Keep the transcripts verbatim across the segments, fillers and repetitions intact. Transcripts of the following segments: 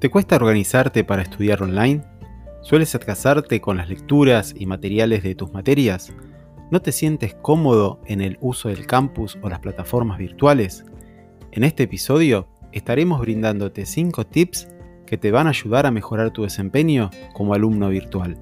¿Te cuesta organizarte para estudiar online? ¿Sueles atrasarte con las lecturas y materiales de tus materias? ¿No te sientes cómodo en el uso del campus o las plataformas virtuales? En este episodio estaremos brindándote cinco tips que te van a ayudar a mejorar tu desempeño como alumno virtual.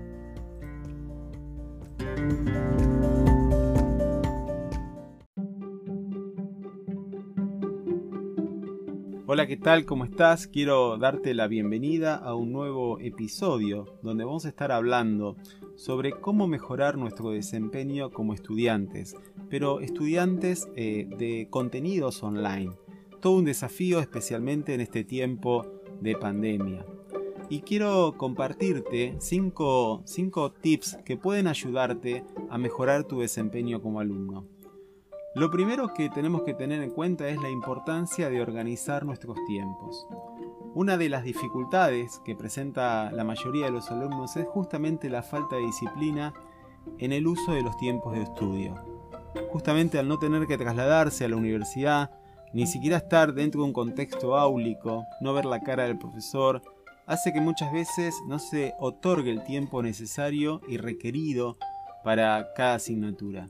Hola, ¿qué tal? ¿Cómo estás? Quiero darte la bienvenida a un nuevo episodio donde vamos a estar hablando sobre cómo mejorar nuestro desempeño como estudiantes, pero estudiantes eh, de contenidos online. Todo un desafío, especialmente en este tiempo de pandemia. Y quiero compartirte cinco, cinco tips que pueden ayudarte a mejorar tu desempeño como alumno. Lo primero que tenemos que tener en cuenta es la importancia de organizar nuestros tiempos. Una de las dificultades que presenta la mayoría de los alumnos es justamente la falta de disciplina en el uso de los tiempos de estudio. Justamente al no tener que trasladarse a la universidad, ni siquiera estar dentro de un contexto áulico, no ver la cara del profesor, hace que muchas veces no se otorgue el tiempo necesario y requerido para cada asignatura.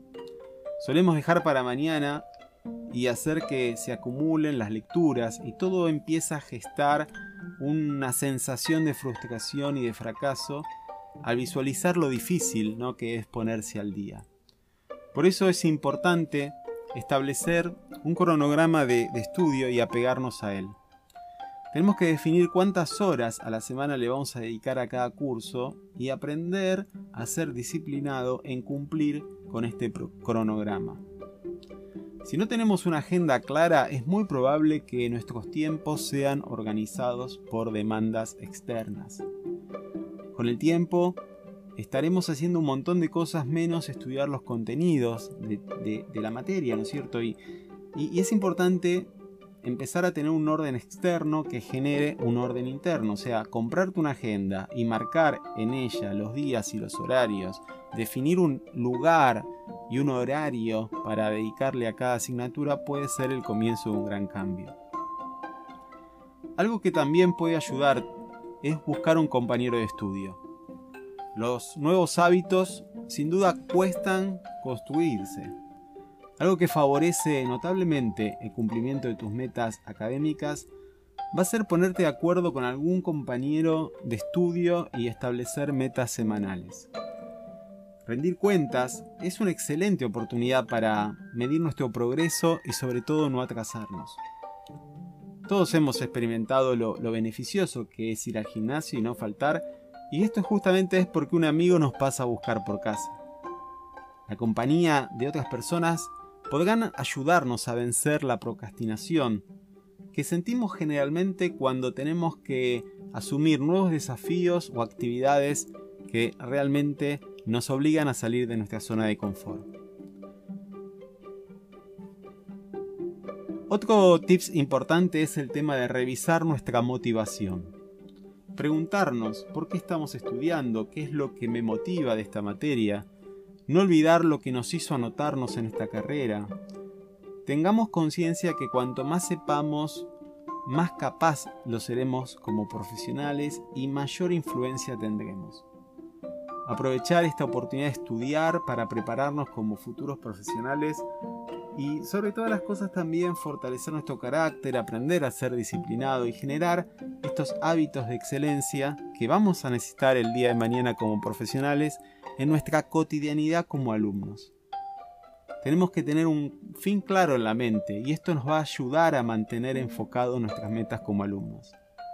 Solemos dejar para mañana y hacer que se acumulen las lecturas y todo empieza a gestar una sensación de frustración y de fracaso al visualizar lo difícil, ¿no?, que es ponerse al día. Por eso es importante establecer un cronograma de, de estudio y apegarnos a él. Tenemos que definir cuántas horas a la semana le vamos a dedicar a cada curso y aprender a ser disciplinado en cumplir con este cronograma. Si no tenemos una agenda clara, es muy probable que nuestros tiempos sean organizados por demandas externas. Con el tiempo, estaremos haciendo un montón de cosas menos estudiar los contenidos de, de, de la materia, ¿no es cierto? Y, y, y es importante empezar a tener un orden externo que genere un orden interno, o sea, comprarte una agenda y marcar en ella los días y los horarios, definir un lugar y un horario para dedicarle a cada asignatura puede ser el comienzo de un gran cambio. Algo que también puede ayudar es buscar un compañero de estudio. Los nuevos hábitos sin duda cuestan construirse. Algo que favorece notablemente el cumplimiento de tus metas académicas va a ser ponerte de acuerdo con algún compañero de estudio y establecer metas semanales. Rendir cuentas es una excelente oportunidad para medir nuestro progreso y sobre todo no atrasarnos. Todos hemos experimentado lo, lo beneficioso que es ir al gimnasio y no faltar, y esto justamente es porque un amigo nos pasa a buscar por casa. La compañía de otras personas podrán ayudarnos a vencer la procrastinación que sentimos generalmente cuando tenemos que asumir nuevos desafíos o actividades que realmente nos obligan a salir de nuestra zona de confort. Otro tips importante es el tema de revisar nuestra motivación. Preguntarnos por qué estamos estudiando, qué es lo que me motiva de esta materia. No olvidar lo que nos hizo anotarnos en esta carrera. Tengamos conciencia que cuanto más sepamos, más capaz lo seremos como profesionales y mayor influencia tendremos. Aprovechar esta oportunidad de estudiar para prepararnos como futuros profesionales y sobre todas las cosas también fortalecer nuestro carácter, aprender a ser disciplinado y generar estos hábitos de excelencia que vamos a necesitar el día de mañana como profesionales en nuestra cotidianidad como alumnos. Tenemos que tener un fin claro en la mente y esto nos va a ayudar a mantener enfocados nuestras metas como alumnos.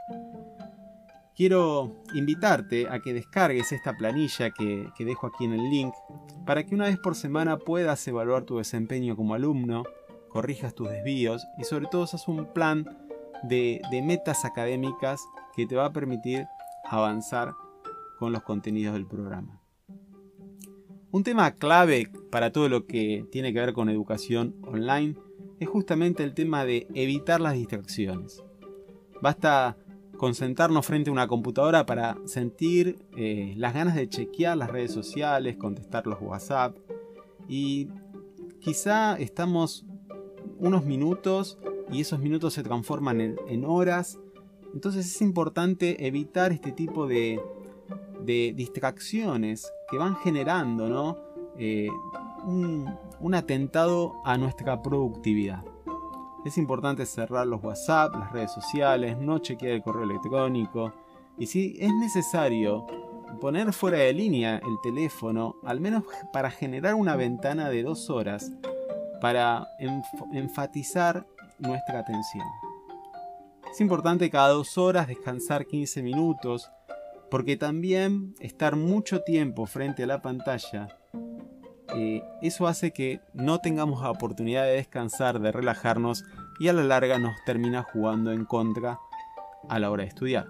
Quiero invitarte a que descargues esta planilla que, que dejo aquí en el link para que una vez por semana puedas evaluar tu desempeño como alumno, corrijas tus desvíos y sobre todo hagas un plan de, de metas académicas que te va a permitir avanzar con los contenidos del programa. Un tema clave para todo lo que tiene que ver con educación online es justamente el tema de evitar las distracciones. Basta con sentarnos frente a una computadora para sentir eh, las ganas de chequear las redes sociales, contestar los WhatsApp y quizá estamos unos minutos y esos minutos se transforman en, en horas Entonces es importante evitar este tipo de, de distracciones que van generando, ¿no? eh, un, un atentado a nuestra productividad. Es importante cerrar los WhatsApp, las redes sociales, no chequear el correo electrónico y si es necesario poner fuera de línea el teléfono, al menos para generar una ventana de dos horas para enf- enfatizar nuestra atención. Es importante cada dos horas descansar quince minutos, porque también estar mucho tiempo frente a la pantalla, eh, eso hace que no tengamos la oportunidad de descansar, de relajarnos y a la larga nos termina jugando en contra a la hora de estudiar.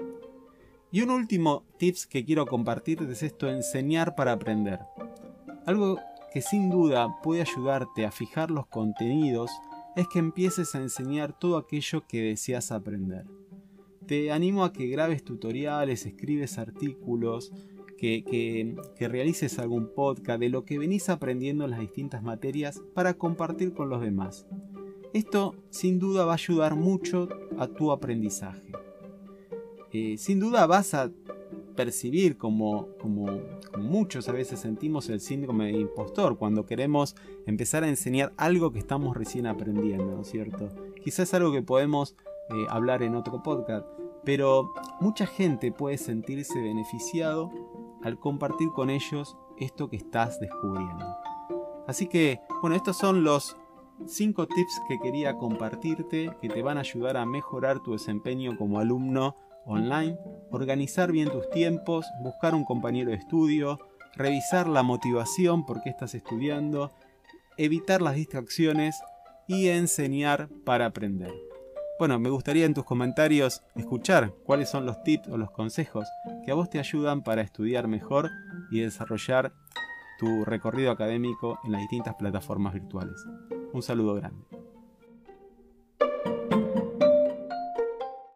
Y un último tips que quiero compartir es esto: enseñar para aprender. Algo que sin duda puede ayudarte a fijar los contenidos es que empieces a enseñar todo aquello que deseas aprender. Te animo a que grabes tutoriales, escribes artículos, que, que, que realices algún podcast de lo que venís aprendiendo en las distintas materias para compartir con los demás. Esto sin duda va a ayudar mucho a tu aprendizaje. Eh, sin duda vas a percibir como, como, como muchos a veces sentimos el síndrome de impostor cuando queremos empezar a enseñar algo que estamos recién aprendiendo, ¿no es cierto? Quizás es algo que podemos eh, hablar en otro podcast, pero mucha gente puede sentirse beneficiado al compartir con ellos esto que estás descubriendo. Así que, bueno, estos son los cinco tips que quería compartirte que te van a ayudar a mejorar tu desempeño como alumno online, organizar bien tus tiempos, buscar un compañero de estudio, revisar la motivación por qué estás estudiando, evitar las distracciones y enseñar para aprender. Bueno, me gustaría en tus comentarios escuchar cuáles son los tips o los consejos que a vos te ayudan para estudiar mejor y desarrollar tu recorrido académico en las distintas plataformas virtuales. Un saludo grande.